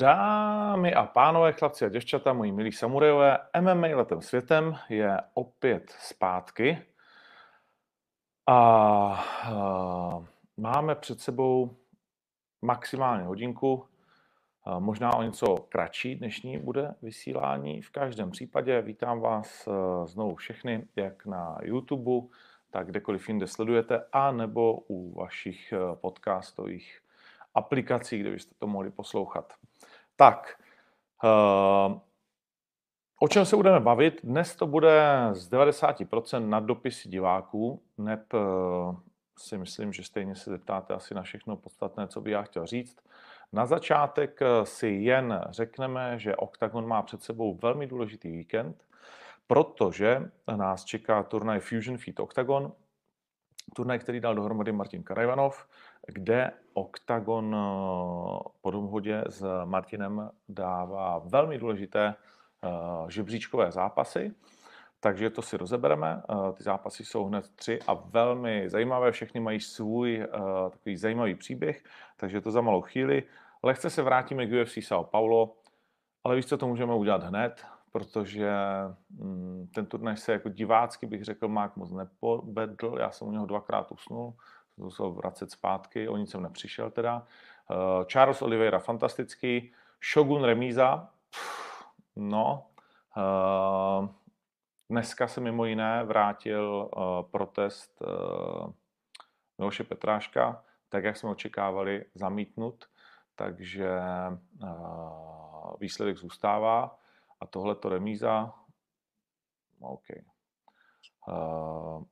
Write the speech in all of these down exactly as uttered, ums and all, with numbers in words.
Dámy a pánové, chlapci a děvčata, moji milí samurajové, M M A letem světem je opět zpátky a uh, máme před sebou maximálně hodinku, uh, možná o něco kratší dnešní bude vysílání. V každém případě vítám vás uh, znovu všechny, jak na YouTube, tak kdekoliv jinde sledujete, a nebo u vašich uh, podcastových aplikací, kde byste to mohli poslouchat. Tak, uh, o čem se budeme bavit? Dnes to bude z devadesát procent na dopisy diváků, neb uh, si myslím, že stejně se zeptáte asi na všechno podstatné, co bych já chtěl říct. Na začátek si jen řekneme, že Octagon má před sebou velmi důležitý víkend, protože nás čeká turnaj Fusion Feed Octagon, turnaj, který dal dohromady Martin Karajvanov, kde Octagon po domhodě s Martinem dává velmi důležité žebříčkové zápasy, takže to si rozebereme. Ty zápasy jsou hned tři a velmi zajímavé, všechny mají svůj takový zajímavý příběh, takže to za malou chvíli. Lehce se vrátíme k U F C São Paulo, ale víš co, to můžeme udělat hned, protože ten turnaj se jako divácky, bych řekl, Mák moc nepovedl. Já jsem u něho dvakrát usnul, musel vracet zpátky, o nic jsem nepřišel teda. Charles Oliveira fantastický, Shogun remíza, no, dneska se mimo jiné vrátil protest Miloše Petráška, tak jak jsme očekávali, zamítnut, takže výsledek zůstává. A tohleto remíza, OK. Uh,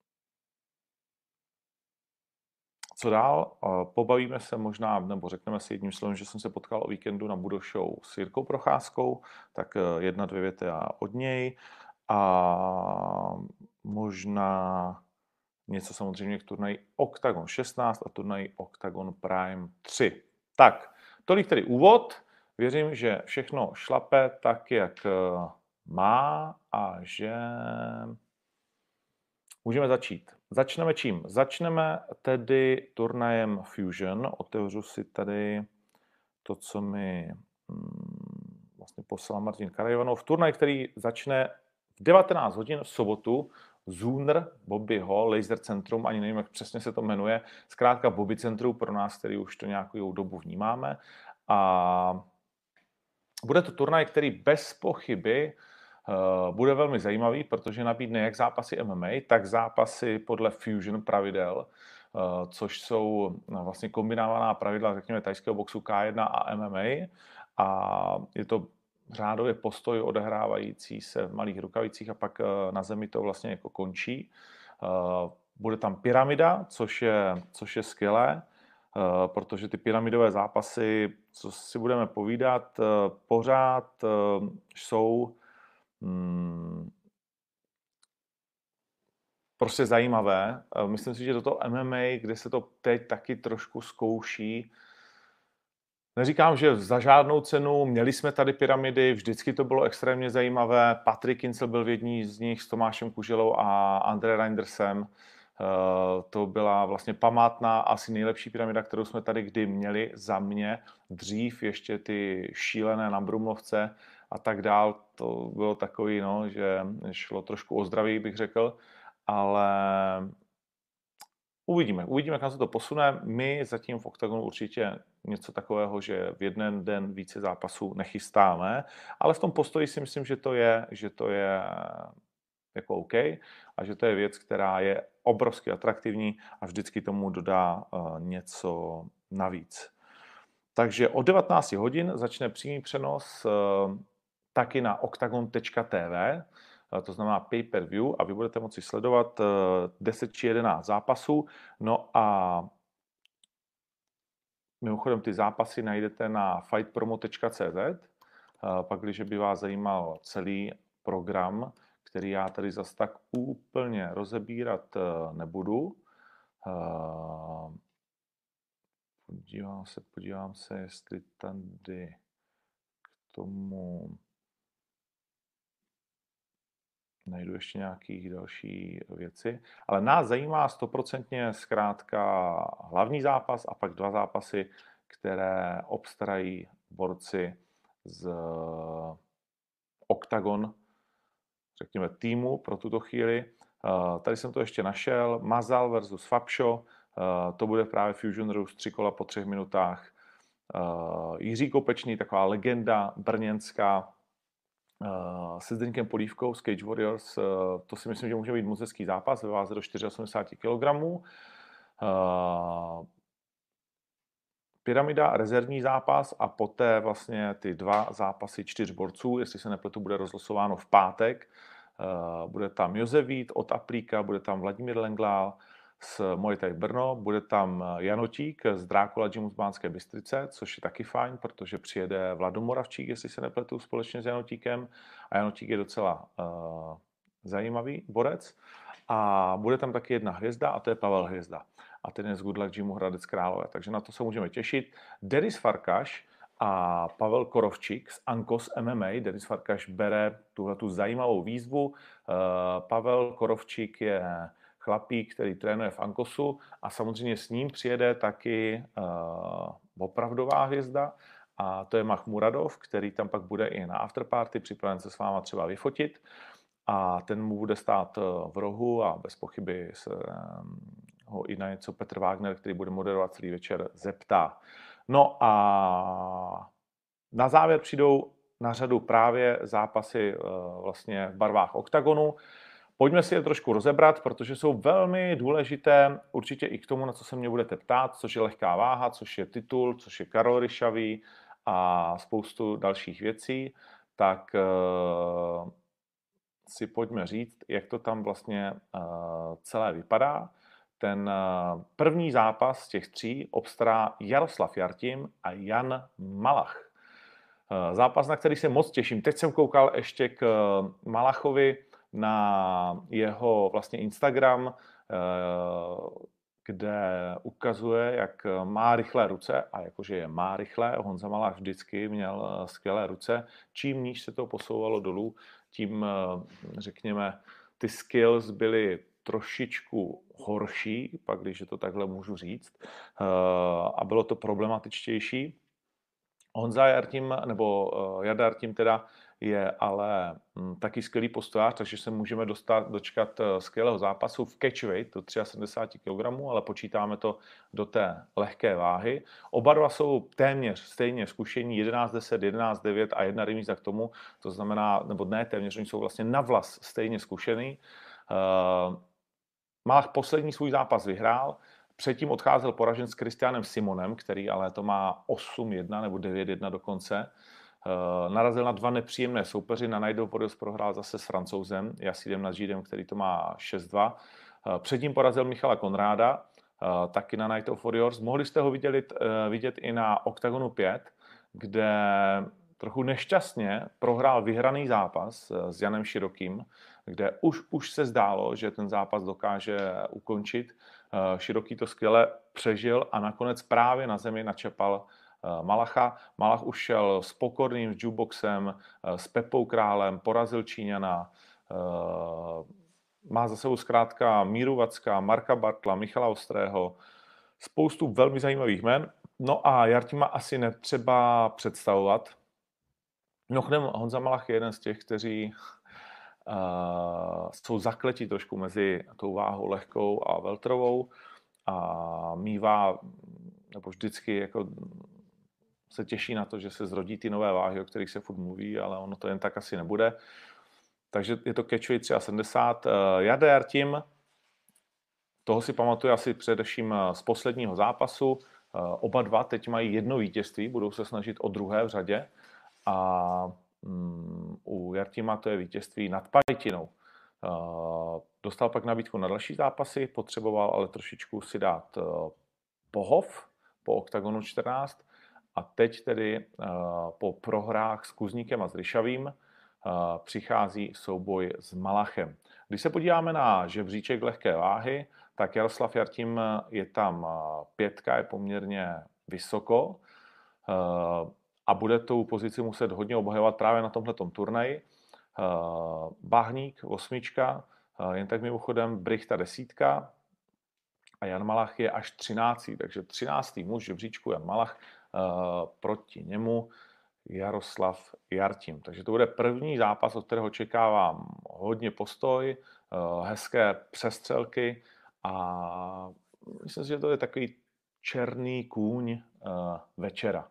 co dál? Uh, pobavíme se možná, nebo řekneme si jedním slovem, že jsem se potkal o víkendu na Budo Show s Jirkou Procházkou, tak uh, jedna, dvě věty od něj. A možná něco samozřejmě k turnaji Octagon šestnáct a turnaji Octagon Prime tři. Tak, tolik tedy úvod. Věřím, že všechno šlape tak, jak má a že můžeme začít. Začneme čím? Začneme tedy turnajem Fusion. Otevřu si tady to, co mi hmm, vlastně poslal Martin Karajvanov. Turnaj, který začne v devatenáct hodin v sobotu. Zooner Bobbyho Laser Centrum, ani nevím, jak přesně se to jmenuje. Zkrátka Bobby Centrum pro nás, který už to nějakou dobu vnímáme. A bude to turnaj, který bez pochyby uh, bude velmi zajímavý, protože nabídne jak zápasy M M A, tak zápasy podle Fusion pravidel, uh, což jsou no, vlastně kombinovaná pravidla, řekněme, tajského boxu K jedna a M M A. A je to řádově postoj odehrávající se v malých rukavicích a pak uh, na zemi to vlastně jako končí. Uh, bude tam pyramida, což je, což je skvělé. Uh, protože ty pyramidové zápasy, co si budeme povídat, uh, pořád uh, jsou um, prostě zajímavé. Uh, myslím si, že toto M M A, kde se to teď taky trošku zkouší, neříkám, že za žádnou cenu, měli jsme tady pyramidy, vždycky to bylo extrémně zajímavé. Patrik Kincel byl v jední z nich s Tomášem Kuželou a Andre Reindersem. Uh, to byla vlastně památná, asi nejlepší pyramida, kterou jsme tady kdy měli za mě. Dřív ještě ty šílené na Brumlovce a tak dál. To bylo takový, no, že šlo trošku o zdraví, bych řekl. Ale uvidíme, uvidíme, kam se to posune. My zatím v Octagonu určitě něco takového, že v jeden den více zápasů nechystáme, ale v tom postoji si myslím, že to je, že to je jako OK a že to je věc, která je obrovsky atraktivní a vždycky tomu dodá uh, něco navíc. Takže od devatenáct hodin začne přímý přenos uh, taky na octagon tečka t v, uh, to znamená pay-per-view, a vy budete moci sledovat uh, deset či jedenáct zápasů. No a mimochodem ty zápasy najdete na fight promo tečka c z, uh, pak když by vás zajímal celý program, který já tady zas tak úplně rozebírat nebudu. Podívám se, podívám se, jestli tady k tomu najdu ještě nějaké další věci. Ale nás zajímá stoprocentně zkrátka hlavní zápas a pak dva zápasy, které obstarají borci z Octagon, řekněme, týmu pro tuto chvíli. Tady jsem to ještě našel. Mazal versus Fabšo. To bude právě Fusion Rose, tři kola po třech minutách. Jiří Kopečný, taková legenda brněnská, se Zdeňkem Polívkou z Cage Warriors. To si myslím, že může být moc hezký zápas ve váze do osmdesáti čtyři kilogramů. Pyramida, rezervní zápas a poté vlastně ty dva zápasy čtyř borců, jestli se nepletu, bude rozlosováno v pátek. Bude tam Josef Vít od Aplíka, bude tam Vladimír Lenglál z Muay Thai Brno, bude tam Janotík z Drákula Gymu z Banské Bystrice, což je taky fajn, protože přijede Vlado Moravčík, jestli se nepletu, společně s Janotíkem. A Janotík je docela uh, zajímavý borec. A bude tam taky jedna hvězda, a to je Pavel Hvězda. A ten je z Good Luck Gymu Hradec Králové, takže na to se můžeme těšit. Denis Farkaš a Pavel Korovčík z Ankos M M A. Denis Farkaš bere tuhletu zajímavou výzvu. Uh, Pavel Korovčík je chlapík, který trénuje v Ankosu a samozřejmě s ním přijede taky uh, opravdová hvězda a to je Mahmuradov, který tam pak bude i na afterparty, připraven se s váma třeba vyfotit a ten mu bude stát v rohu a bez pochyby se um, ho i na něco Petr Wagner, který bude moderovat celý večer, zeptá. No a na závěr přijdou na řadu právě zápasy uh, vlastně v barvách oktagonu. Pojďme si je trošku rozebrat, protože jsou velmi důležité určitě i k tomu, na co se mě budete ptát, což je lehká váha, což je titul, což je Karol Ryšavý a spoustu dalších věcí. Tak uh, si pojďme říct, jak to tam vlastně uh, celé vypadá. Ten uh, první zápas z těch tří obstará Jaroslav Jartim a Jan Malach. Uh, zápas, na který se moc těším. Teď jsem koukal ještě k uh, Malachovi na jeho vlastně Instagram, kde ukazuje, jak má rychlé ruce a jakože je má rychlé. Honza Malach vždycky měl skvělé ruce. Čím níž se to posouvalo dolů, tím, řekněme, ty skills byly trošičku horší, pak když to takhle můžu říct, a bylo to problematičtější. Honza Jartim, nebo Jarda Jartim teda, je ale m, taky skvělý postojář, takže se můžeme dostat, dočkat skvělého zápasu v catchweight do sedmdesát tři kilogramů, ale počítáme to do té lehké váhy. Oba dva jsou téměř stejně zkušení, jedenáct deset, jedenáct devět a jedna remíza k tomu, to znamená, nebo ne téměř, oni jsou vlastně na vlas stejně zkušený. Uh, Malach poslední svůj zápas vyhrál, předtím odcházel poražen s Kristianem Simonem, který ale to má osm jedna nebo devět jedna dokonce. Narazil na dva nepříjemné soupeři, na Night of Warriors prohrál zase s Francouzem, Jasídem Nadžídem, který to má šest dva. Předtím porazil Michala Konráda, taky na Night of Warriors. Mohli jste ho vidět, vidět i na Octagonu pět, kde trochu nešťastně prohrál vyhraný zápas s Janem Širokým, kde už, už se zdálo, že ten zápas dokáže ukončit. Široký to skvěle přežil a nakonec právě na zemi načepal Malacha. Malach už šel s Pokorným, s jukeboxem, s Pepou Králem, porazil Číňana. Má za sebou zkrátka Míru Vacka, Marka Bartla, Michala Ostrého, spoustu velmi zajímavých jmen. No a Jartima asi netřeba představovat. Mimochodem Honza Malach je jeden z těch, kteří uh, jsou zakletí trošku mezi tou váhou lehkou a welterovou a mívá, nebo vždycky jako se těší na to, že se zrodí ty nové váhy, o kterých se furt mluví, ale ono to jen tak asi nebude. Takže je to catchweight sedmdesát tři. Jarda Jartim, toho si pamatuju asi především z posledního zápasu. Oba dva teď mají jedno vítězství, budou se snažit o druhé v řadě. A um, u Jartima to je vítězství nad Pajtinou. Uh, dostal pak nabídku na další zápasy, potřeboval ale trošičku si dát uh, pohov po Octagonu čtrnáct. A teď tedy uh, po prohrách s Kuzníkem a s Ryšavým uh, přichází souboj s Malachem. Když se podíváme na žebříček lehké váhy, tak Jaroslav Jartim je tam pětka, je poměrně vysoko uh, a bude tu pozici muset hodně obhajovat právě na tomhletom turnaji. Uh, Bahník, osmička, uh, jen tak mimochodem Brichta desítka a Jan Malach je až třináctý, takže třináctý muž žebříčku Jan Malach. Uh, proti němu Jaroslav Jartim. Takže to bude první zápas, od kterého očekávám hodně postoj, hezké přestřelky a myslím si, že to je takový černý kůň večera.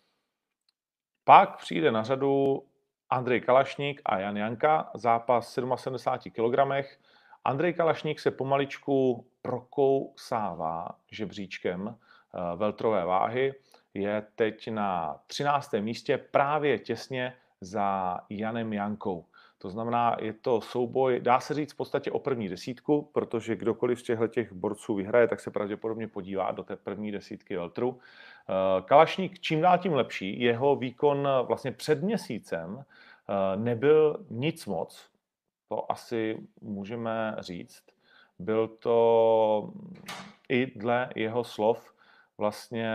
Pak přijde na řadu Andrej Kalašník a Jan Janka, zápas v sedmdesát sedm kilogramech. Andrej Kalašník se pomaličku prokousává žebříčkem welterové váhy. Je teď na třináctém místě právě těsně za Janem Jankou. To znamená, je to souboj, dá se říct v podstatě o první desítku, protože kdokoliv z těchto těch borců vyhraje, tak se pravděpodobně podívá do té první desítky welterů. Kalašník čím dál tím lepší, jeho výkon vlastně před měsícem nebyl nic moc, to asi můžeme říct. Byl to i dle jeho slov vlastně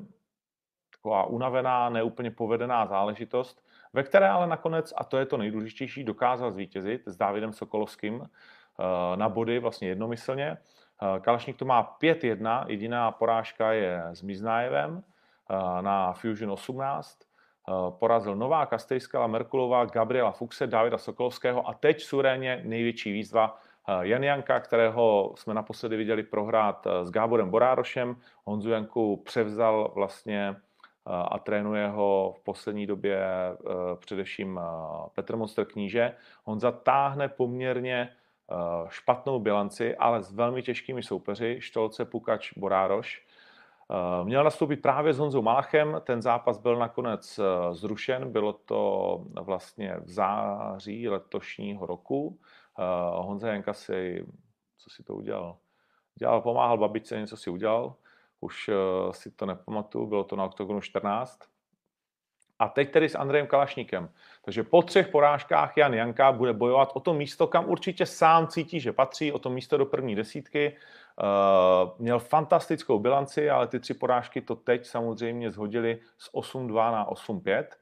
taková unavená, neúplně povedená záležitost, ve které ale nakonec, a to je to nejdůležitější, dokázal zvítězit s Dávidem Sokolovským na body vlastně jednomyslně. Kalašník to má pět jedna, jediná porážka je s Miznaevem na Fusion osmnáct. Porazil Nováka, Stejskala, Merkulová, Gabriela Fuchse, Davida Sokolovského a teď surénně největší výzva Jan Janka, kterého jsme naposledy viděli prohrát s Gáborem Borárošem. Honzu Janku převzal vlastně a trénuje ho v poslední době především Petr Monster Kníže. Honza táhne poměrně špatnou bilanci, ale s velmi těžkými soupeři, Štolce, Pukač, Borároš. Měl nastoupit právě s Honzou Malachem, ten zápas byl nakonec zrušen, bylo to vlastně v září letošního roku. Honza Janka si, co si to udělal? Dělal, pomáhal babičce, něco si udělal, už si to nepamatuju, bylo to na Oktogonu čtrnáct. A teď tedy s Andrejem Kalašníkem. Takže po třech porážkách Jan Janka bude bojovat o to místo, kam určitě sám cítí, že patří, o to místo do první desítky. Měl fantastickou bilanci, ale ty tři porážky to teď samozřejmě zhodili z osm dva na osm pět.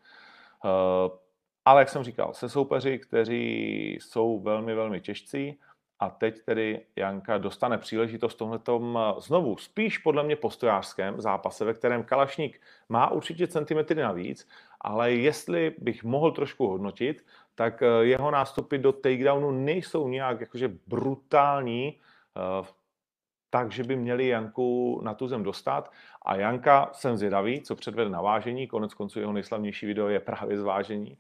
Ale jak jsem říkal, se soupeři, kteří jsou velmi, velmi těžcí. A teď tedy Janka dostane příležitost v tomhletom znovu spíš podle mě postojářském zápase, ve kterém Kalašník má určitě centimetry navíc, ale jestli bych mohl trošku hodnotit, tak jeho nástupy do takedownu nejsou nějak jakože brutální, takže by měli Janku na tu zem dostat. A Janka, jsem zvědavý, co předvede na vážení, konec konců jeho nejslavnější video je právě zvážení.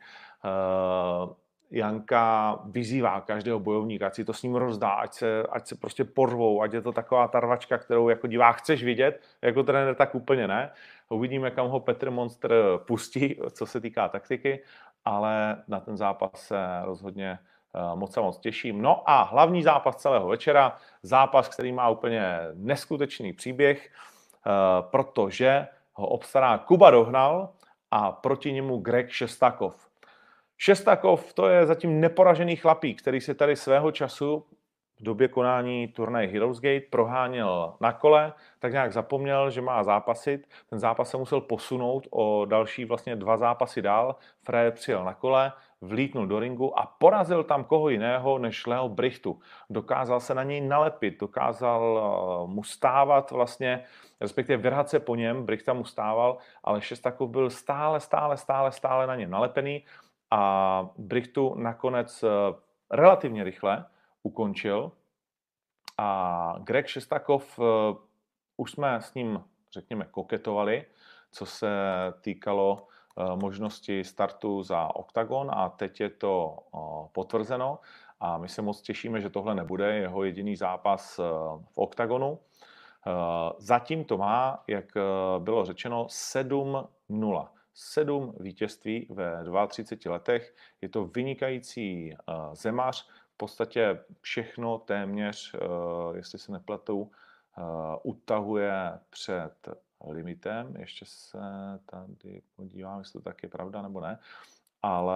Janka vyzývá každého bojovníka, ať si to s ním rozdá, ať se, ať se prostě porvou, ať je to taková tarvačka, kterou jako divák chceš vidět, jako trenér tak úplně ne. Uvidíme, kam ho Petr Monster pustí, co se týká taktiky, ale na ten zápas se rozhodně moc a moc těším. No a hlavní zápas celého večera, zápas, který má úplně neskutečný příběh, protože ho obstará Kuba Dohnal a proti němu Greg Šestakov. Šestakov to je zatím neporažený chlapík, který se tady svého času v době konání turnaje Heroes Gate proháněl na kole, tak nějak zapomněl, že má zápasit. Ten zápas se musel posunout o další vlastně dva zápasy dál. Frajer přijel na kole, vlítnul do ringu a porazil tam koho jiného než Leo Brichtu. Dokázal se na něj nalepit, dokázal mu stávat vlastně, respektive vrhat se po něm, Brichta mu stával, ale Šestakov byl stále, stále, stále, stále na něm nalepený. A Brichtu nakonec relativně rychle ukončil. A Greg Šestakov, už jsme s ním, řekněme, koketovali, co se týkalo možnosti startu za Octagon a teď je to potvrzeno. A my se moc těšíme, že tohle nebude jeho jediný zápas v Octagonu. Zatím to má, jak bylo řečeno, sedm nula. Sedm vítězství ve třiceti dvou letech. Je to vynikající uh, zemař. V podstatě všechno téměř, uh, jestli se nepletu, uh, utahuje před limitem. Ještě se tady podívám, jestli to tak je pravda nebo ne. Ale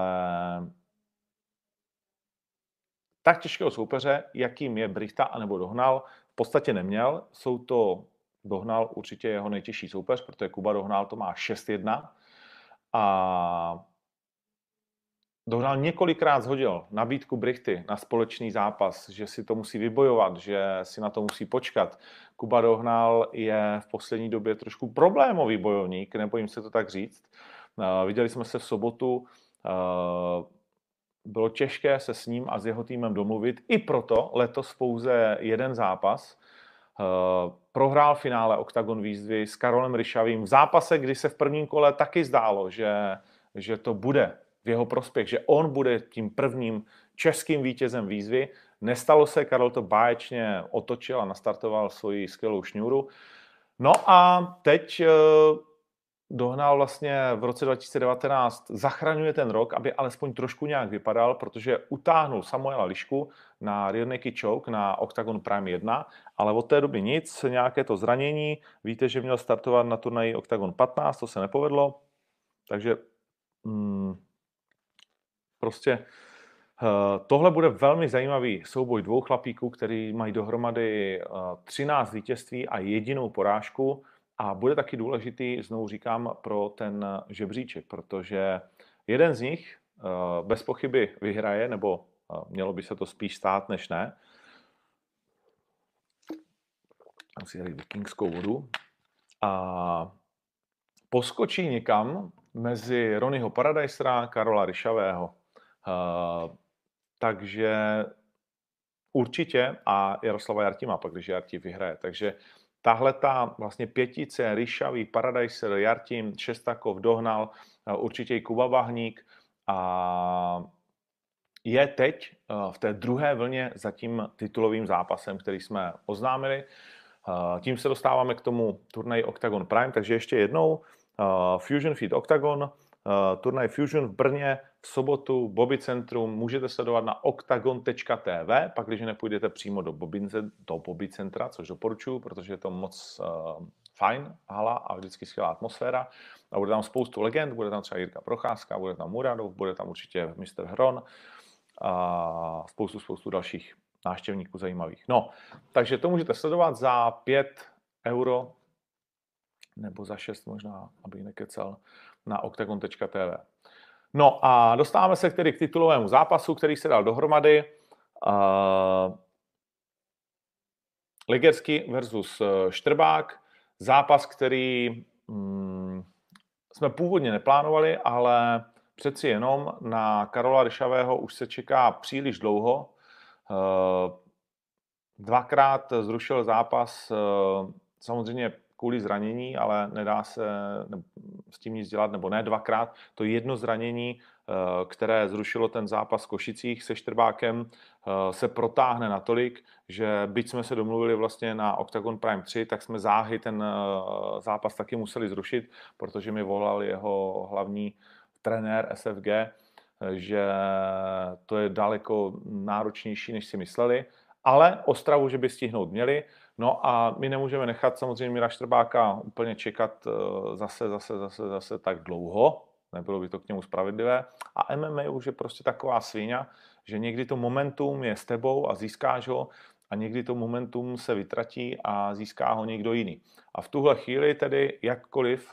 tak těžkého soupeře, jakým je Brichta anebo Dohnal, v podstatě neměl. Jsou to Dohnal určitě jeho nejtěžší soupeř, protože Kuba Dohnal to má šest jedna. A Dohnal několikrát shodil nabídku Brichty na společný zápas, že si to musí vybojovat, že si na to musí počkat. Kuba Dohnal je v poslední době trošku problémový bojovník, nebojím se to tak říct, Viděli jsme se v sobotu, bylo těžké se s ním a s jeho týmem domluvit, i proto letos pouze jeden zápas. Prohrál finále Octagon výzvy s Karolem Ryšavým v zápase, kdy se v prvním kole taky zdálo, že, že to bude v jeho prospěch, že on bude tím prvním českým vítězem výzvy. Nestalo se, Karol to báječně otočil a nastartoval svoji skvělou šňůru. No a teď dohnal vlastně v roce dva tisíce devatenáct, zachraňuje ten rok, aby alespoň trošku nějak vypadal, protože utáhnul Samuela Lišku na Rear Naked Choke na Octagon Prime jedna, ale od té doby nic, nějaké to zranění. Víte, že měl startovat na turnaji Octagon patnáct, to se nepovedlo, takže hmm, prostě tohle bude velmi zajímavý souboj dvou chlapíků, který mají dohromady třináct vítězství a jedinou porážku. A bude taky důležitý, znovu říkám, pro ten žebříček, protože jeden z nich bez pochyby vyhraje, nebo mělo by se to spíš stát, než ne. Mám si tady vikingskou vodu. A poskočí někam mezi Ronnieho Paradisera, Karola Ryšavého. Takže určitě a Jaroslava Jartima, pak když Jartim vyhraje. Takže tahle ta vlastně pětice, Ryšavý, Paradiser, Jartim, Šestakov, Dohnal, určitě i Kuba Bahník a je teď v té druhé vlně za tím titulovým zápasem, který jsme oznámili. Tím se dostáváme k tomu turnaji Octagon Prime, takže ještě jednou Fusion Feed Octagon, turnaj Fusion v Brně v sobotu, Bobby Centrum, můžete sledovat na octagon tečka t v, pak když nepůjdete přímo do Bobby, do Bobby Centra, což doporučuji, protože je to moc uh, fajn hala a vždycky skvělá atmosféra. A bude tam spoustu legend, bude tam třeba Jirka Procházka, bude tam Muradov, bude tam určitě mister Hron a spoustu, spoustu dalších návštěvníků zajímavých. No, takže to můžete sledovat za pět euro, nebo za šest možná, abych nekecal, na octagon tečka t v. No a dostáváme se tedy k titulovému zápasu, který se dal dohromady. Uh, Ligersky versus Štrbák. Zápas, který um, jsme původně neplánovali, ale přeci jenom na Karola Ryšavého už se čeká příliš dlouho. Uh, dvakrát zrušil zápas, uh, samozřejmě kvůli zranění, ale nedá se s tím nic dělat, nebo ne dvakrát. To jedno zranění, které zrušilo ten zápas v Košicích se Štrbákem, se protáhne natolik, že byť jsme se domluvili vlastně na Octagon Prime tři, tak jsme záhy ten zápas taky museli zrušit, protože mi volal jeho hlavní trenér S F G, že to je daleko náročnější, než si mysleli, ale Ostravu, že by stihnout měli. No a my nemůžeme nechat samozřejmě Mira Štrbáka úplně čekat zase, zase, zase, zase tak dlouho. Nebylo by to k němu spravedlivé. A M M A už je prostě taková svině, že někdy to momentum je s tebou a získáš ho a někdy to momentum se vytratí a získá ho někdo jiný. A v tuhle chvíli tedy jakkoliv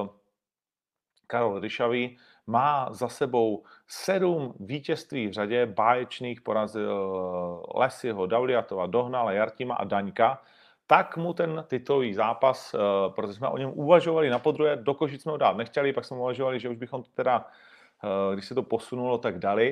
Karol Ryšavý má za sebou sedm vítězství v řadě, báječných, porazil Lesiho, Dauliatova, Dohnala, Jartima a Daňka, tak mu ten titulový zápas, protože jsme o něm uvažovali na podruhé, do Košic jsme ho dát nechtěli, pak jsme uvažovali, že už bychom to teda, když se to posunulo, tak dali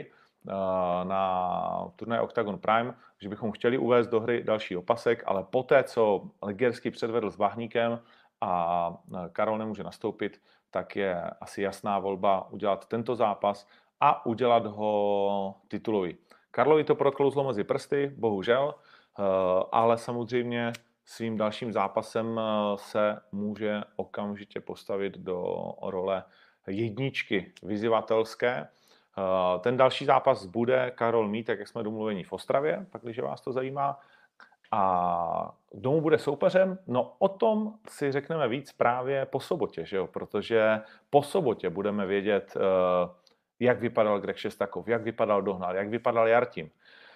na turnaj Octagon Prime, že bychom chtěli uvést do hry další opasek, ale poté, co Ligersky předvedl s Bahníkem a Karol nemůže nastoupit, tak je asi jasná volba udělat tento zápas a udělat ho titulový. Karlovi to proklouzlo mezi prsty, bohužel, ale samozřejmě svým dalším zápasem se může okamžitě postavit do role jedničky vyzývatelské. Ten další zápas bude Karol mít, tak jak jsme domluveni, v Ostravě, pak když vás to zajímá. A kdo mu bude soupeřem? No o tom si řekneme víc právě po sobotě, že jo? Protože po sobotě budeme vědět, jak vypadal Greg Šestakov, jak vypadal Dohnal, jak vypadal Jartim,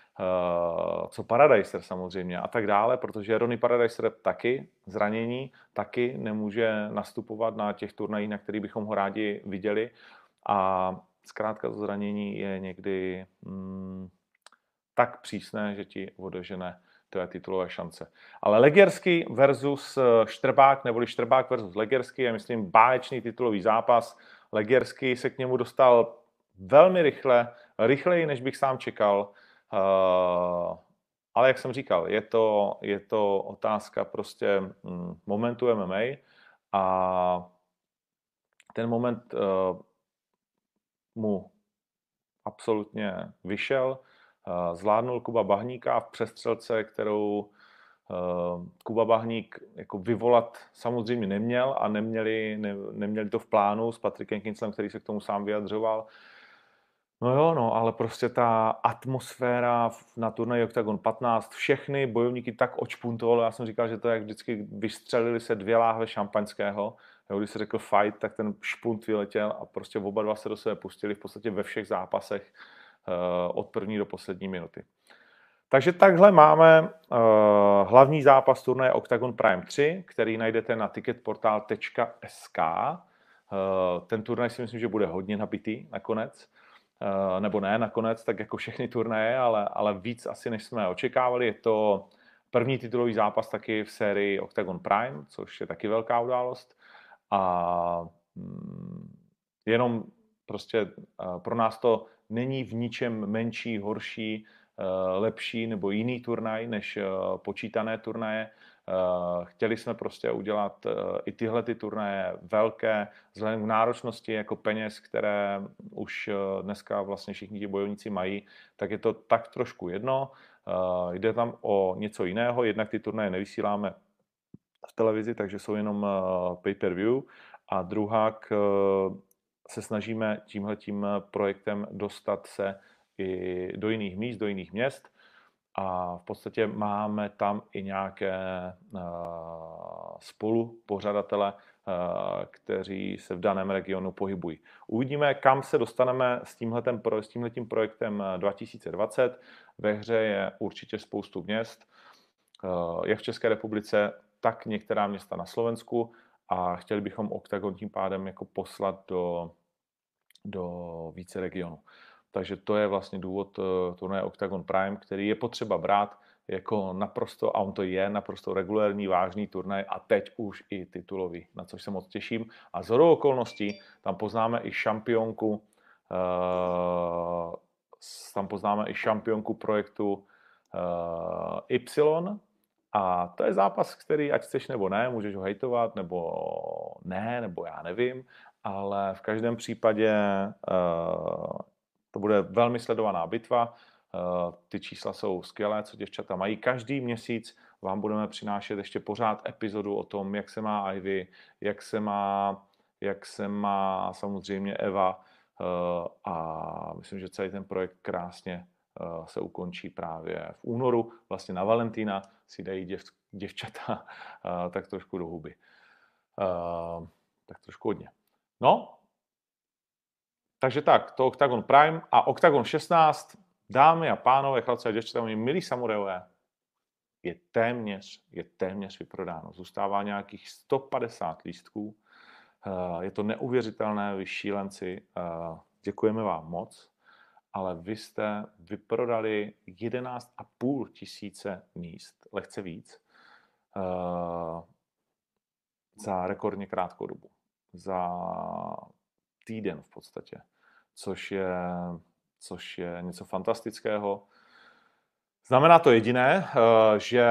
co Paradiser samozřejmě a tak dále, protože Ronnie Paradiser taky zranění, taky nemůže nastupovat na těch turnajích, na kterých bychom ho rádi viděli a zkrátka to zranění je někdy hmm, tak přísné, že ti odežene to je titulové šance. Ale Legersky versus Štrbák, neboli Štrbák versus Legersky je, myslím, báječný titulový zápas. Legersky se k němu dostal velmi rychle, rychleji, než bych sám čekal. Uh, ale jak jsem říkal, je to, je to otázka prostě mm, momentu M M A a ten moment uh, mu absolutně vyšel. Uh, zvládnul Kuba Bahníka v přestřelce, kterou uh, Kuba Bahník jako vyvolat samozřejmě neměl a neměli, ne, neměli to v plánu s Patrickem Kinslem, který se k tomu sám vyjadřoval. No jo, no, ale prostě ta atmosféra na turnaji Octagon patnáct, všechny bojovníky tak očpuntovalo. Já jsem říkal, že to jak vždycky vystřelili se dvě láhve šampaňského. Jo, když se řekl fight, tak ten špunt vyletěl a prostě oba dva se do sebe pustili v podstatě ve všech zápasech uh, od první do poslední minuty. Takže takhle máme uh, hlavní zápas turnaje Octagon Prime tři, který najdete na ticketportal tečka es ká. Uh, ten turnaj si myslím, že bude hodně nabitý nakonec. Uh, nebo ne nakonec, tak jako všechny turnaje, ale, ale víc asi, než jsme očekávali. Je to první titulový zápas taky v sérii Octagon Prime, což je taky velká událost. A mm, jenom prostě uh, pro nás to není v ničem menší, horší, uh, lepší nebo jiný turnaj než uh, počítané turnaje. Uh, chtěli jsme prostě udělat uh, i tyhle ty turnaje velké, vzhledem k náročnosti jako peněz, které už uh, dneska vlastně všichni ti bojovníci mají, tak je to tak trošku jedno. Uh, jde tam o něco jiného, jednak ty turnaje nevysíláme v televizi, takže jsou jenom uh, pay-per-view, a druhák uh, se snažíme tímhletím projektem dostat se i do jiných míst, do jiných měst. A v podstatě máme tam i nějaké uh, spolupořadatele, uh, kteří se v daném regionu pohybují. Uvidíme, kam se dostaneme s tímhletím, s tímhletím projektem dva tisíce dvacet. Ve hře je určitě spoustu měst, uh, jak v České republice, tak některá města na Slovensku, a chtěli bychom Octagon tím pádem jako poslat do, do více regionů. Takže to je vlastně důvod turnaje Octagon Prime, který je potřeba brát jako naprosto, a on to je naprosto regulérní, vážný turnaj, a teď už i titulový, na což se moc těším. A shodou okolností tam poznáme i šampionku, uh, tam poznáme i šampionku projektu uh, Y, a to je zápas, který, ať chceš nebo ne, můžeš ho hejtovat, nebo ne, nebo já nevím, ale v každém případě uh, to bude velmi sledovaná bitva. Ty čísla jsou skvělé, co děvčata mají. Každý měsíc vám budeme přinášet ještě pořád epizodu o tom, jak se má Ivy, jak se má, jak se má samozřejmě Eva, a myslím, že celý ten projekt krásně se ukončí právě v únoru. Vlastně na Valentína si dají děv, děvčata tak trošku do huby. Tak trošku hodně. No, takže tak, to Octagon Prime a Octagon šestnáct, dámy a pánové, chlapci a děvčata, milí samurajové, je téměř, je téměř vyprodáno. Zůstává nějakých sto padesát lístků. Je to neuvěřitelné, vy šílenci, děkujeme vám moc, ale vy jste vyprodali jedenáct a půl tisíce míst, lehce víc, za rekordně krátkou dobu. Za týden v podstatě, což je, což je něco fantastického. Znamená to jediné, že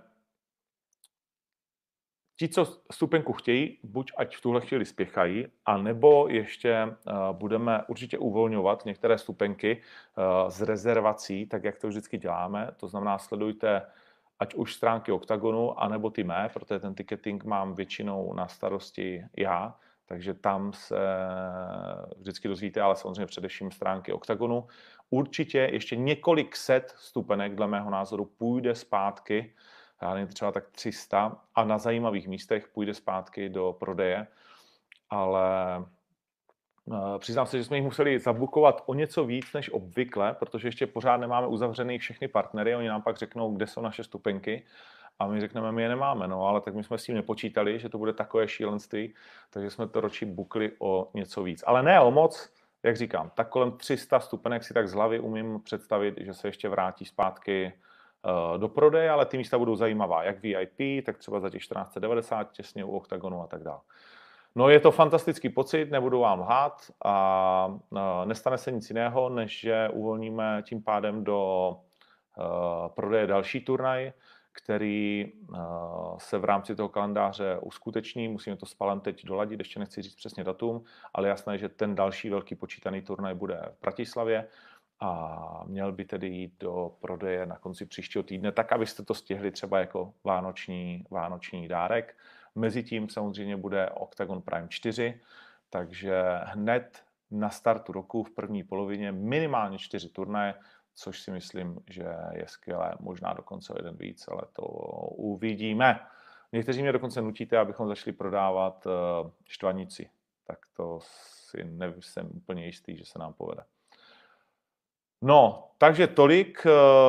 ti, co stupenku chtějí, buď ať v tuhle chvíli spěchají, anebo ještě budeme určitě uvolňovat některé stupenky z rezervací, tak jak to vždycky děláme. To znamená, sledujte ať už stránky Octagonu, anebo ty mé, protože ten ticketing mám většinou na starosti já, takže tam se vždycky dozvíte, ale samozřejmě především stránky Octagonu. Určitě ještě několik set stupenek, dle mého názoru, půjde zpátky, já nevím, třeba tak tři sta, a na zajímavých místech půjde zpátky do prodeje, ale přiznám se, že jsme jich museli zabukovat o něco víc než obvykle, protože ještě pořád nemáme uzavřený všechny partnery, oni nám pak řeknou, kde jsou naše stupenky, a my řekneme, my je nemáme, no, ale tak my jsme s tím nepočítali, že to bude takové šílenství, takže jsme to ročí bukli o něco víc. Ale ne o moc, jak říkám, tak kolem tři sta stupenek si tak z hlavy umím představit, že se ještě vrátí zpátky uh, do prodeje, ale ty místa budou zajímavá, jak V I P, tak třeba za těch čtrnáct set devadesát, těsně u Octagonu a tak dále. No, je to fantastický pocit, nebudu vám lhát a nestane se nic jiného, než že uvolníme tím pádem do uh, prodeje další turnaj, který uh, se v rámci toho kalendáře uskuteční. Musíme to s Palem teď doladit, ještě nechci říct přesně datum, ale jasné, že ten další velký počítaný turnaj bude v Bratislavě a měl by tedy jít do prodeje na konci příštího týdne, tak abyste to stihli třeba jako vánoční, vánoční dárek. Mezitím samozřejmě bude Octagon Prime čtyři, takže hned na startu roku v první polovině minimálně čtyři turnaje, což si myslím, že je skvělé, možná dokonce jeden víc, ale to uvidíme. Někteří mě dokonce nutíte, abychom začali prodávat štvanici, tak to si nejsem úplně jistý, že se nám povede. No, takže tolik.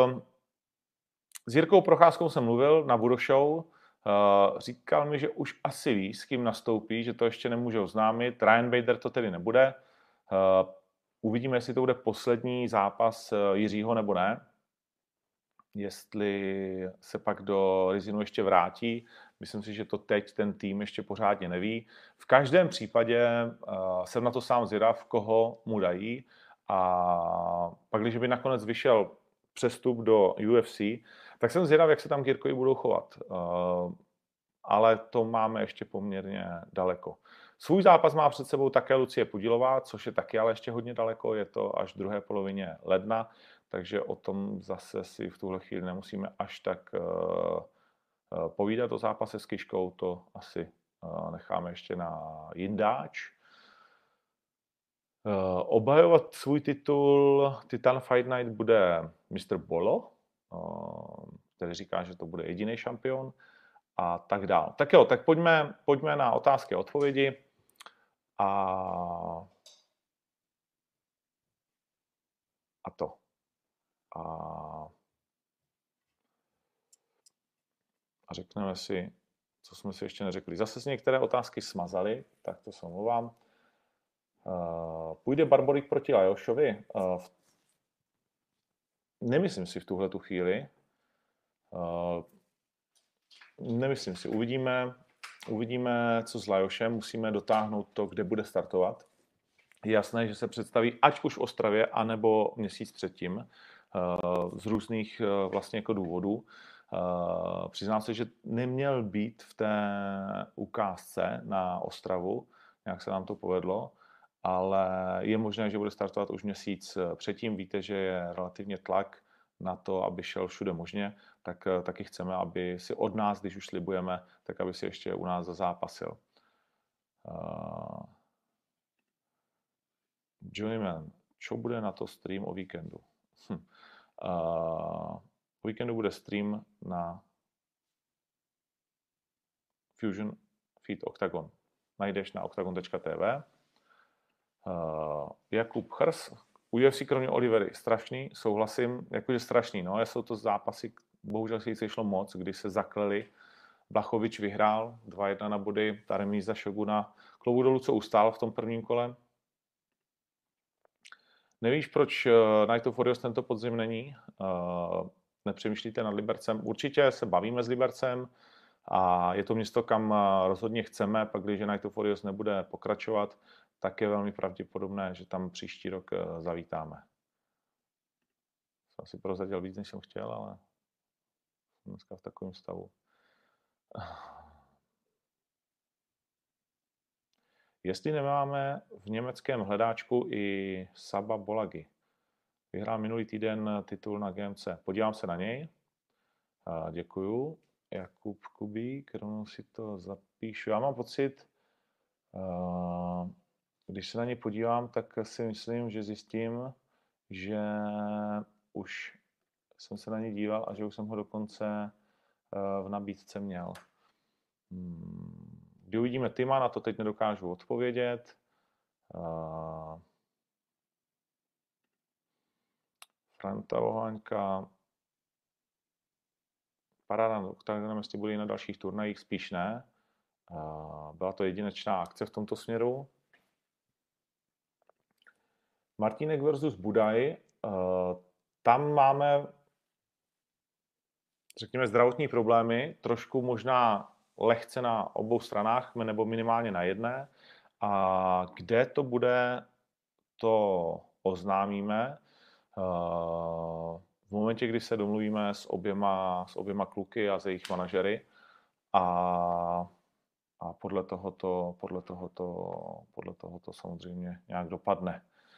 S Jirkou Procházkou jsem mluvil na Budo Show. Říkal mi, že už asi ví, s kým nastoupí, že to ještě nemůže oznámit. Ryan Bader to tedy nebude. Uvidíme, jestli to bude poslední zápas Jiřího nebo ne. Jestli se pak do Rizinu ještě vrátí. Myslím si, že to teď ten tým ještě pořádně neví. V každém případě jsem na to sám zvědav, koho mu dají. A pak, když by nakonec vyšel přestup do U F C, tak jsem zvědav, jak se tam Kirkovi budou chovat. Ale to máme ještě poměrně daleko. Svůj zápas má před sebou také Lucie Pudilová, což je taky ale ještě hodně daleko, je to až v druhé polovině ledna, takže o tom zase si v tuhle chvíli nemusíme až tak povídat o zápase s Kyškou, to asi necháme ještě na jindáč. Uh, obhajovat svůj titul Titan Fight Night bude mister Bolo, uh, který říká, že to bude jediný šampion a tak dál. Tak jo, tak pojďme, pojďme na otázky a odpovědi a, a to. A, a řekneme si, co jsme si ještě neřekli. Zase si některé otázky smazali, tak to se omlouvám. Uh, půjde Barborík proti Lajošovi? Uh, nemyslím si v tuhle tu chvíli. Uh, nemyslím si. Uvidíme, uvidíme, co s Lajošem. Musíme dotáhnout to, kde bude startovat. Je jasné, že se představí ať už v Ostravě, anebo měsíc předtím. Uh, z různých uh, vlastně jako důvodů. Uh, přiznám se, že neměl být v té ukázce na Ostravu. Nějak se nám to povedlo. Ale je možné, že bude startovat už měsíc předtím. Víte, že je relativně tlak na to, aby šel všude možně, tak taky chceme, aby si od nás, když už slibujeme, tak aby si ještě u nás zazápasil. Uh, Johnnyman, čo bude na to stream o víkendu? Hm. Uh, o víkendu bude stream na Fusion Feed Octagon. Najdeš na octagon tečka t v. Uh, Jakub Chrs, u U F C kromě Olivery, strašný, souhlasím, jakože strašný, no, jsou to zápasy, bohužel se jich sešlo moc, kdy se zakleli, Blachowicz vyhrál, dva jedna na body, ta remíza Šoguna, klobouk dolů, co ustál v tom prvním kole. Nevíš, proč Night of Warriors tento podzim není? Uh, nepřemýšlíte nad Libercem? Určitě se bavíme s Libercem a je to město, kam rozhodně chceme, pak když Night of Warriors nebude pokračovat, tak je velmi pravděpodobné, že tam příští rok zavítáme. Jsem si prozradil víc, než jsem chtěl, ale jsem dneska v takovém stavu. Jestli nemáme v německém hledáčku i Saba Bolagi. Vyhrál minulý týden titul na G M C. Podívám se na něj. Děkuju. Jakub Kubík, rovnou si to zapíšu. Já mám pocit, když se na něj podívám, tak si myslím, že zjistím, že už jsem se na něj díval a že už jsem ho dokonce v nabídce měl. Kdy uvidíme Tima, na to teď nedokážu odpovědět. Franta Voháňka. Paráda na Octagonem, jestli bude na dalších turnajích, spíš ne. Byla to jedinečná akce v tomto směru. Martínek versus Budaj. Tam máme, řekněme, zdravotní problémy. Trošku možná lehce na obou stranách, nebo minimálně na jedné. A kde to bude, to oznámíme v momentě, kdy se domluvíme s oběma, s oběma kluky a s jejich manažery. A, a podle toho to, podle toho to, podle toho to samozřejmě nějak dopadne.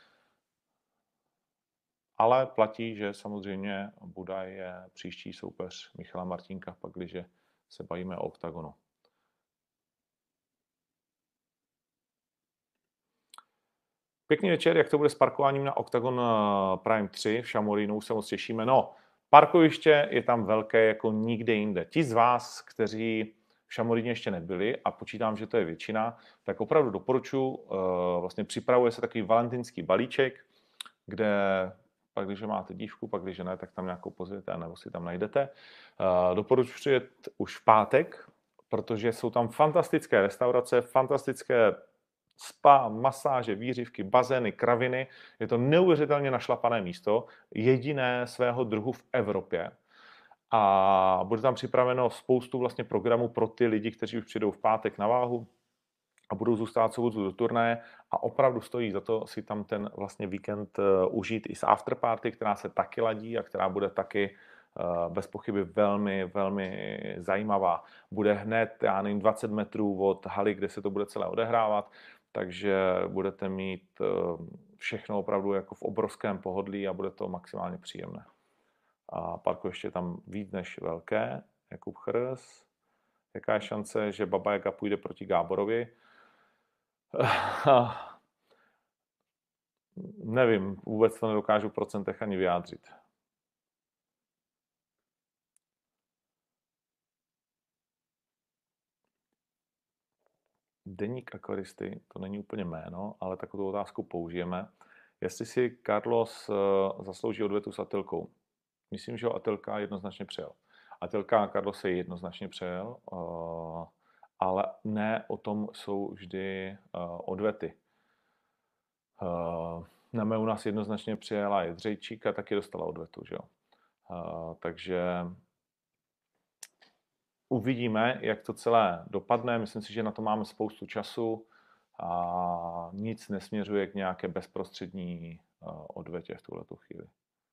Ale platí, že samozřejmě Buda je příští soupeř Michala Martínka, pak když se bavíme o OKTAGONu. Pěkný večer, jak to bude s parkováním na OKTAGON Prime tři v Šamorínu, se moc těšíme. No, parkoviště je tam velké jako nikde jinde. Ti z vás, kteří v Šamoríně ještě nebyli, a počítám, že to je většina, tak opravdu doporučuji, vlastně připravuje se takový valentínský balíček, kde pak když máte dívku, pak když ne, tak tam nějakou pozvěte, nebo si tam najdete. Doporučuji už v pátek, protože jsou tam fantastické restaurace, fantastické spa, masáže, výřivky, bazény, kraviny. Je to neuvěřitelně našlapané místo, jediné svého druhu v Evropě. A bude tam připraveno spoustu vlastně programů pro ty lidi, kteří už přijdou v pátek na váhu a budou zůstávat sobotu do turnaje, a opravdu stojí za to si tam ten vlastně víkend užít i s afterparty, která se taky ladí a která bude taky bez pochyby velmi, velmi zajímavá. Bude hned, já nevím, dvacet metrů od haly, kde se to bude celé odehrávat, takže budete mít všechno opravdu jako v obrovském pohodlí a bude to maximálně příjemné. A parkoviště je tam víc než velké. Jakub Chrz. Jaká je šance, že Baba Jaga půjde proti Gáborovi? Nevím, vůbec to nedokážu v procentech ani vyjádřit. Deník akvaristy, to není úplně jméno, ale takovou otázku použijeme. Jestli si Carlos zaslouží odvetu s Atilkou. Myslím, že ho Atilka jednoznačně přejel. Atilka Carlos se jednoznačně přejel, ale ne o tom jsou vždy odvety. Neme u nás jednoznačně přijela Jedřejčík a taky dostala odvetu, že jo. Takže uvidíme, jak to celé dopadne. Myslím si, že na to máme spoustu času a nic nesměřuje k nějaké bezprostřední odvetě v tuhletu chvíli.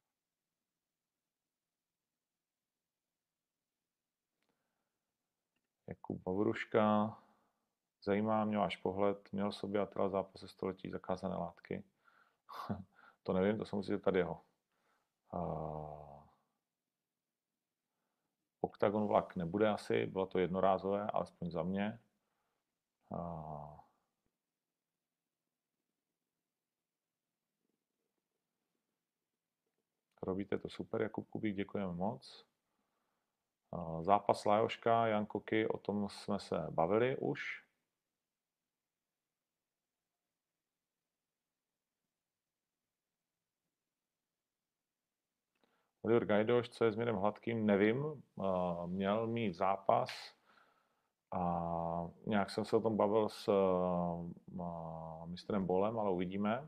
Jakub Bavruška. Zajímá mě váš pohled. Měl sobě Attila zápase století zakázané látky? To nevím, to se musíte tady jeho. Uh, Oktagon vlak nebude asi, bylo to jednorázové, alespoň za mě. Uh, robíte to super, Jakub Kubík, děkujeme moc. Uh, zápas Lajoška, Jan Koky, o tom jsme se bavili už. Oliver Gajdoš, co je s Mirem Hladkým, nevím. Měl mít zápas a nějak jsem se o tom bavil s mistrem Bolem, ale uvidíme.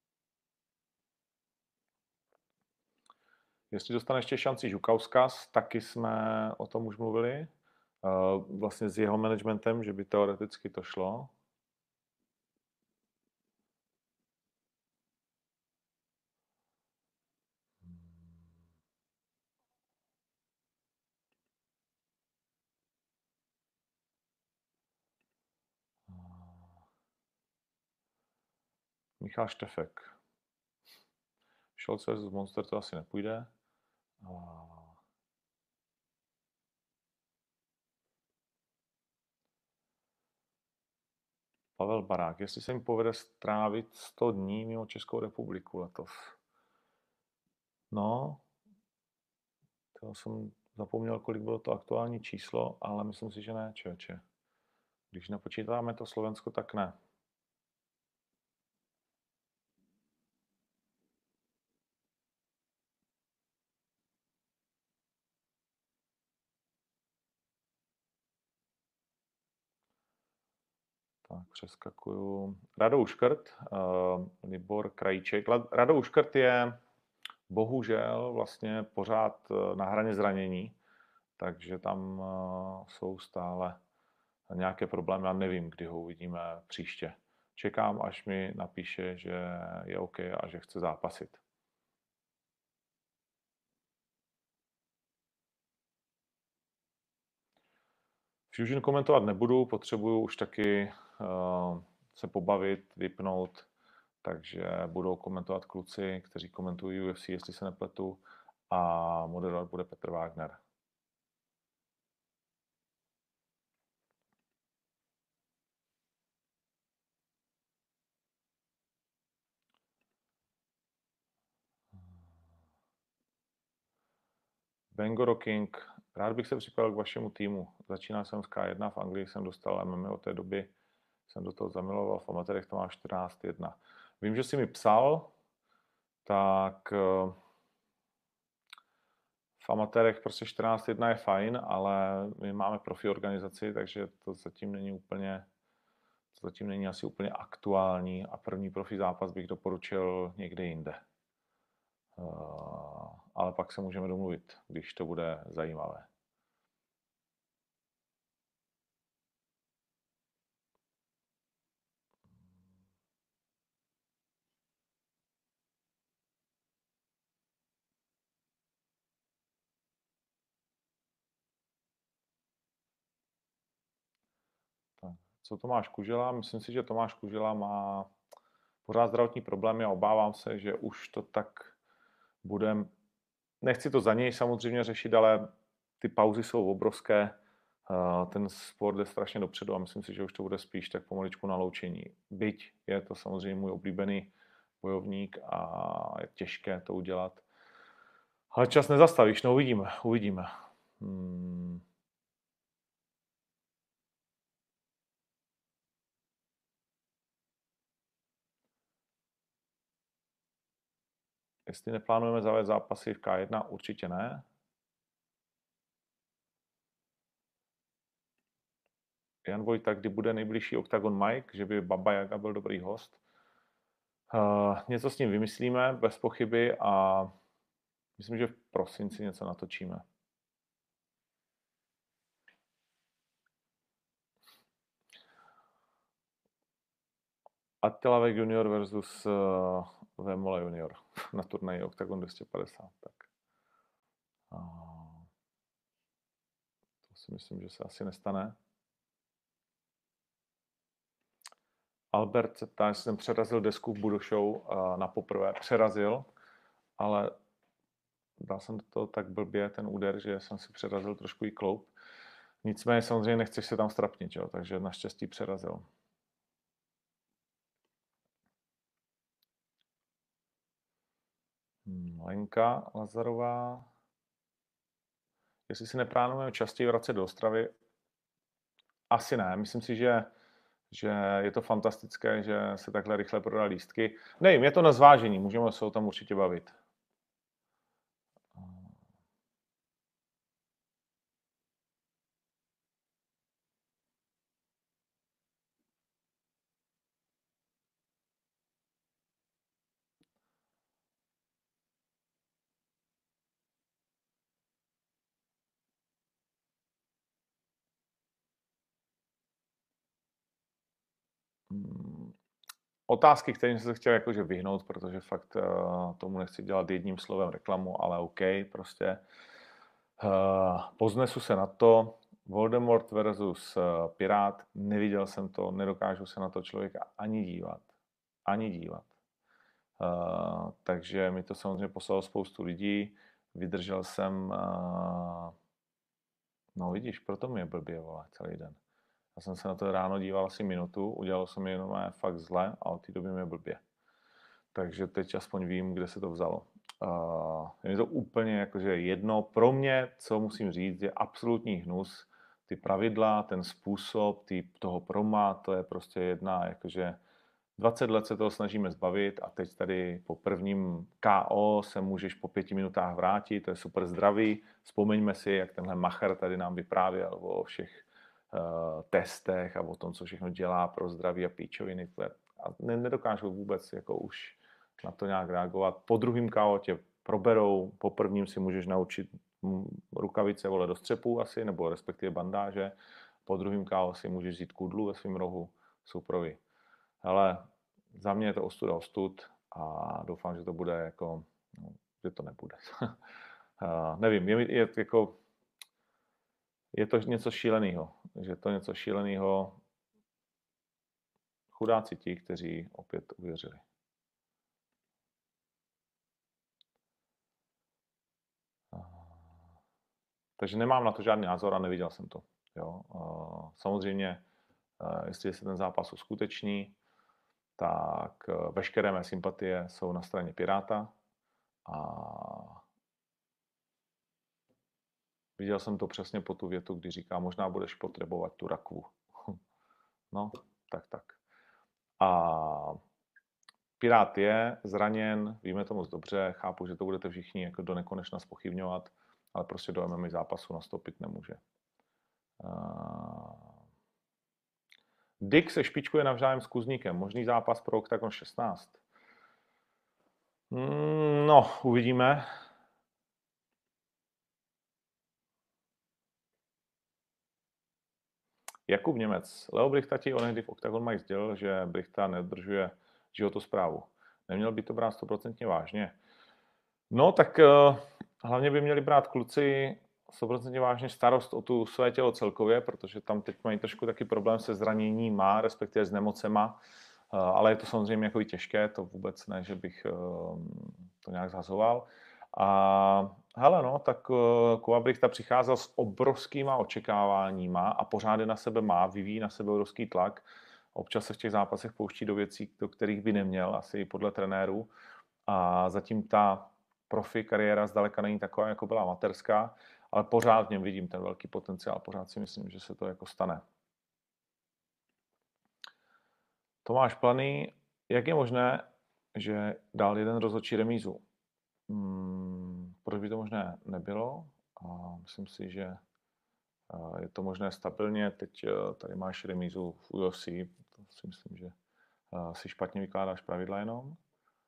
Jestli dostane ještě šanci Žukauskas, taky jsme o tom už mluvili. Vlastně s jeho managementem, že by teoreticky to šlo. Michal Štefek. Scholz versus Monster to asi nepůjde. Pavel Barák. Jestli se jim povede strávit sto dní mimo Českou republiku letos. No, to jsem zapomněl, kolik bylo to aktuální číslo, ale myslím si, že ne, člověče. Když nepočítáme to Slovensko, tak ne. Tak přeskakuju. Radou Škrt, uh, Libor Krajíček. Radou Škrt je bohužel vlastně pořád na hraně zranění, takže tam uh, jsou stále nějaké problémy, já nevím, kdy ho uvidíme příště. Čekám, až mi napíše, že je OK a že chce zápasit. Fusion komentovat nebudu, potřebuju už taky uh, se pobavit, vypnout, takže budou komentovat kluci, kteří komentují U F C, jestli se nepletu, a moderovat bude Petr Wagner. Bangoro King, rád bych se připojil k vašemu týmu. Začínal jsem z K jedna, v Anglii jsem dostal M M A, od té doby jsem do toho zamiloval, v amatérech to mám čtrnáct jedna. Vím, že jsi mi psal, tak v amatérech prostě čtrnáct jedna je fajn, ale my máme profi organizaci, takže to zatím není úplně, to zatím není asi úplně aktuální a první profi zápas bych doporučil někde jinde. Uh, ale pak se můžeme domluvit, když to bude zajímavé. Tak. Co Tomáš Kužela? Myslím si, že Tomáš Kužela má pořád zdravotní problémy a obávám se, že už to tak bude. Nechci to za něj samozřejmě řešit, ale ty pauzy jsou obrovské. Ten sport jde strašně dopředu a myslím si, že už to bude spíš tak pomaličku na loučení. Byť je to samozřejmě můj oblíbený bojovník a je těžké to udělat. Ale čas nezastavíš, no uvidíme, uvidíme. Hmm. Jestli neplánujeme zavést zápasy v K jedna, určitě ne. Jan Vojta, kdy bude nejbližší Octagon Mike, že by Baba Yaga byl dobrý host. Uh, něco s ním vymyslíme, bez pochyby, a myslím, že v prosinci něco natočíme. Attila Vek junior versus uh, Vemola junior na turnaji Octagon dvě stě padesát. Tak. Uh, to si myslím, že se asi nestane. Albert se ptá, jestli jsem přerazil desku v Budo Show uh, na poprvé. Přerazil, ale dal jsem to tak blbě, ten úder, že jsem si přerazil trošku i kloup. Nicméně samozřejmě nechceš se tam strapnit, jo? Takže naštěstí přerazil. Lenka Lazarová. Jestli si neplánujeme častěji vracet do Ostravy, asi ne. Myslím si, že, že je to fantastické, že se takhle rychle prodají lístky. Nevím, je to na zvážení, můžeme se o tom určitě bavit. Otázky, kterým jsem se chtěl jakože vyhnout, protože fakt uh, tomu nechci dělat jedním slovem reklamu, ale OK, prostě. Uh, poznesu se na to. Voldemort versus uh, Pirát. Neviděl jsem to, nedokážu se na to člověka ani dívat. Ani dívat. Uh, takže mi to samozřejmě poslalo spoustu lidí. Vydržel jsem... Uh, no vidíš, proto mi je blbě, vole, celý den. Já jsem se na to ráno díval asi minutu, udělalo se mi jenom fakt zle a od té doby mi je blbě. Takže teď aspoň vím, kde se to vzalo. Uh, je to úplně jakože jedno. Pro mě, co musím říct, je absolutní hnus. Ty pravidla, ten způsob ty, toho proma, to je prostě jedna, jakože dvacet let se toho snažíme zbavit a teď tady po prvním K O se můžeš po pěti minutách vrátit, to je super zdravý. Vzpomeňme si, jak tenhle Macher tady nám vyprávěl o všech uh, testech a o tom, co všechno dělá pro zdraví a píčoviny. A nedokážu vůbec jako už na to nějak reagovat. Po druhém K O tě proberou, po prvním si můžeš naučit rukavice, vole, do střepu asi, nebo respektive bandáže. po druhém ká o si můžeš vzít kudlu ve svém rohu, Suprovi. Ale za mě je to ostuda ostud a doufám, že to bude jako, no, že to nebude. uh, nevím, je, je, jako, je to něco šíleného, že to něco šíleného. Chudáci ti, kteří opět uvěřili. Takže nemám na to žádný názor a neviděl jsem to. Jo. Samozřejmě, jestli se ten zápas uskuteční, tak veškeré mé sympatie jsou na straně Piráta a viděl jsem to přesně po tu větu, kdy říká, možná budeš potřebovat tu rakvu. No, tak, tak. A Pirát je zraněn, víme to moc dobře, chápu, že to budete všichni jako do nekonečna zpochybňovat, ale prostě do M M A zápasu nastoupit nemůže. Uh... Dick se špičkuje navzájem s Kuzníkem. Možný zápas pro Octagon šestnáct. Mm, no, uvidíme. Jakub Němec. Leo Brichta ti onehdy v Octagon Mike sdělil, že Brichta nedodržuje životosprávu. Neměl by to brát stoprocentně vážně. No, tak uh, hlavně by měli brát kluci stoprocentně vážně starost o tu své tělo celkově, protože tam teď mají trošku taky problém se zraněníma, respektive s nemocema, uh, ale je to samozřejmě jako těžké, to vůbec ne, že bych uh, to nějak zhazoval. A hele, no, tak uh, Kuba Brichta přicházel s obrovskýma očekáváníma a pořád je na sebe má, vyvíjí na sebe obrovský tlak. Občas se v těch zápasech pouští do věcí, do kterých by neměl, asi i podle trenérů. A zatím ta profi kariéra zdaleka není taková, jako byla amatérská, ale pořád v něm vidím ten velký potenciál, pořád si myslím, že se to jako stane. Tomáš Planý, jak je možné, že dal jeden rozhodčí remízu? Hmm, proč by to možné nebylo? A myslím si, že je to možné stabilně. Teď tady máš remízu v U F C, to si myslím, že si špatně vykládáš pravidla jenom.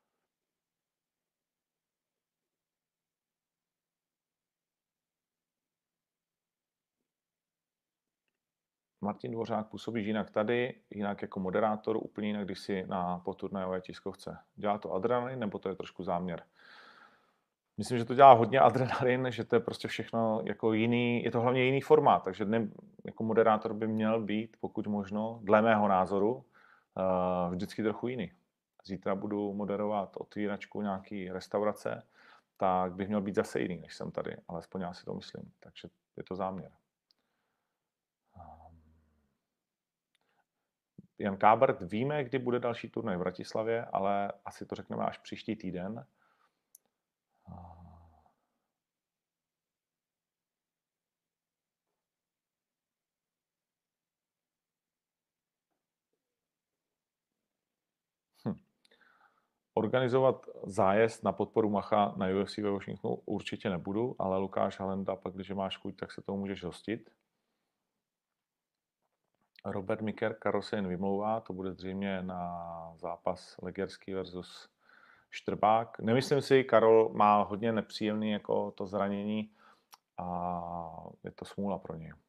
Martin Dvořák, působíš jinak tady, jinak jako moderátor, úplně jinak, když si na poturnajové tiskovce. Dělá to adrenalin, nebo to je trošku záměr? Myslím, že to dělá hodně adrenalin, že to je prostě všechno jako jiný, je to hlavně jiný formát, takže ne, jako moderátor by měl být, pokud možno, dle mého názoru, vždycky trochu jiný. Zítra budu moderovat otvíračku nějaký restaurace, tak bych měl být zase jiný, než jsem tady, alespoň já si to myslím, takže je to záměr. Jan Kábert, víme, kdy bude další turnaj v Bratislavě, ale asi to řekneme až příští týden. Hm. Organizovat zájezd na podporu Macha na U F C ve Washingtonu určitě nebudu, ale Lukáš Halenda, pak když máš chuť, tak se tomu můžeš hostit. Robert Miker, Karol se jen vymlouvá, to bude zřejmě na zápas Legerský versus Štrbák. Nemyslím si, Karol má hodně nepříjemný jako to zranění a je to smůla pro něj.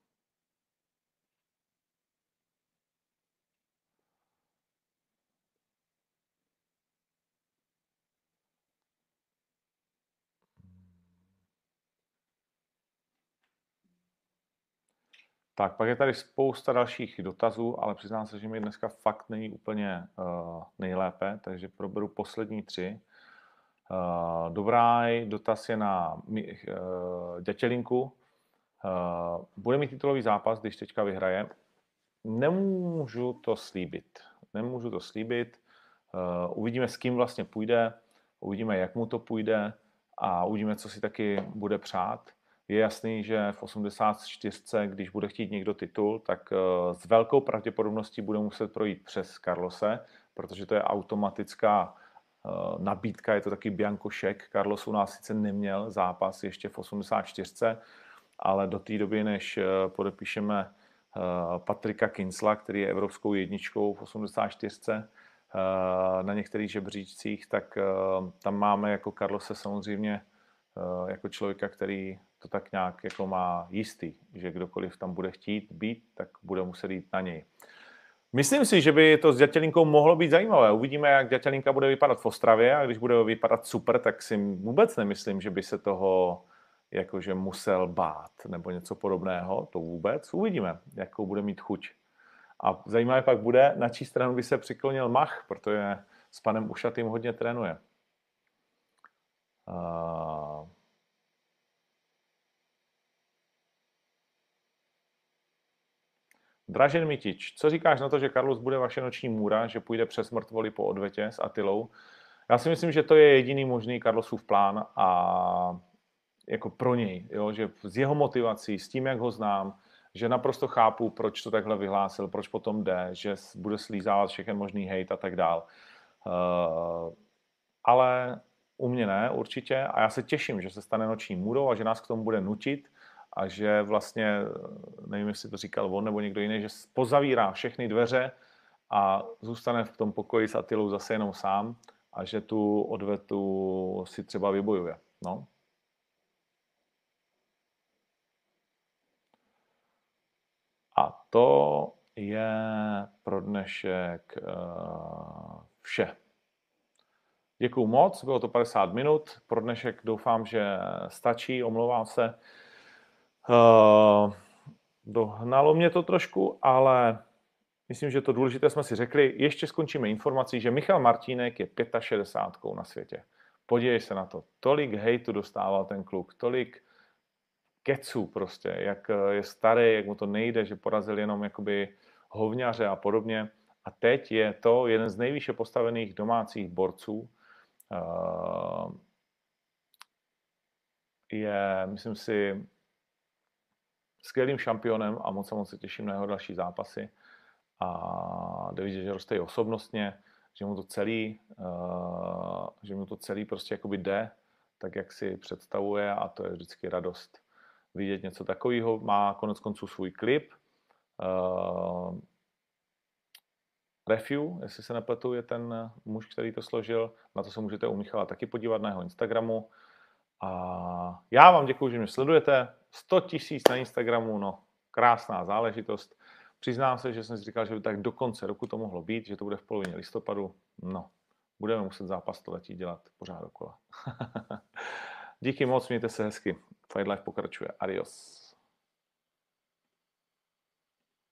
Tak, pak je tady spousta dalších dotazů, ale přiznám se, že mi dneska fakt není úplně uh, nejlépe, takže proberu poslední tři. Uh, dobrý dotaz je na uh, Dětělinku. Uh, bude mít titulový zápas, když teďka vyhraje? Nemůžu to slíbit. Nemůžu to slíbit. Uh, uvidíme, s kým vlastně půjde, uvidíme, jak mu to půjde a uvidíme, co si taky bude přát. Je jasný, že v osmdesát čtyřce, když bude chtít někdo titul, tak s velkou pravděpodobností bude muset projít přes Carlose, protože to je automatická nabídka, je to taky bianko šek. Carlos u nás sice neměl zápas ještě v osmdesát čtyřce, ale do té doby, než podepíšeme Patrika Kinsla, který je evropskou jedničkou v osmdesát čtyřce na některých žebříčcích, tak tam máme jako Carlose samozřejmě jako člověka, který to tak nějak jako má jistý, že kdokoliv tam bude chtít být, tak bude muset jít na něj. Myslím si, že by to s Ďatelínkou mohlo být zajímavé. Uvidíme, jak Ďatelínka bude vypadat v Ostravě, a když bude vypadat super, tak si vůbec nemyslím, že by se toho jakože musel bát nebo něco podobného. To vůbec. Uvidíme, jakou bude mít chuť. A zajímavé pak bude, na čí stranu by se přiklonil Mach, protože s panem Ušatým hodně trénuje. Uh... Dražen Mitič, co říkáš na to, že Carlos bude vaše noční můra, že půjde přes mrtvoli po odvetě s Attilou? Já si myslím, že to je jediný možný Carlosův plán a jako pro něj, jo? Že s jeho motivací, s tím, jak ho znám, že naprosto chápu, proč to takhle vyhlásil, proč potom jde, že bude slízávat všechen možný hejt a tak dál. Uh, ale u mě ne, určitě. A já se těším, že se stane noční můrou a že nás k tomu bude nutit a že vlastně, nevím, jestli to říkal on nebo někdo jiný, že pozavírá všechny dveře a zůstane v tom pokoji s Attilou zase jenom sám a že tu odvetu si třeba vybojuje. No. A to je pro dnešek uh, vše. Děkuju moc, bylo to padesát minut. Pro dnešek doufám, že stačí, omlouvám se. Uh, dohnalo mě to trošku, ale myslím, že to důležité jsme si řekli. Ještě skončíme informací, že Michal Martínek je šedesát pět na světě. Podívej se na to. Tolik hejtu dostával ten kluk, tolik keců prostě, jak je starý, jak mu to nejde, že porazil jenom jakoby hovňaře a podobně. A teď je to jeden z nejvýše postavených domácích borců. Uh, je, myslím si, skvělým šampionem a moc moc se těším na jeho další zápasy. A jde vidět, že roste i osobnostně, že mu to celý, uh, že mu to celý prostě jakoby jde, tak jak si představuje a to je vždycky radost vidět něco takového. Má konec konců svůj klip. Uh, Review, jestli se nepletu, je ten muž, který to složil. Na to se můžete u Michala taky podívat na jeho Instagramu. A já vám děkuji, že mě sledujete. sto tisíc na Instagramu, no krásná záležitost. Přiznám se, že jsem si říkal, že by tak do konce roku to mohlo být, že to bude v polovině listopadu. No, budeme muset zápas století dělat pořád dokola. Díky moc, mějte se hezky. Fight Life pokračuje. Adios.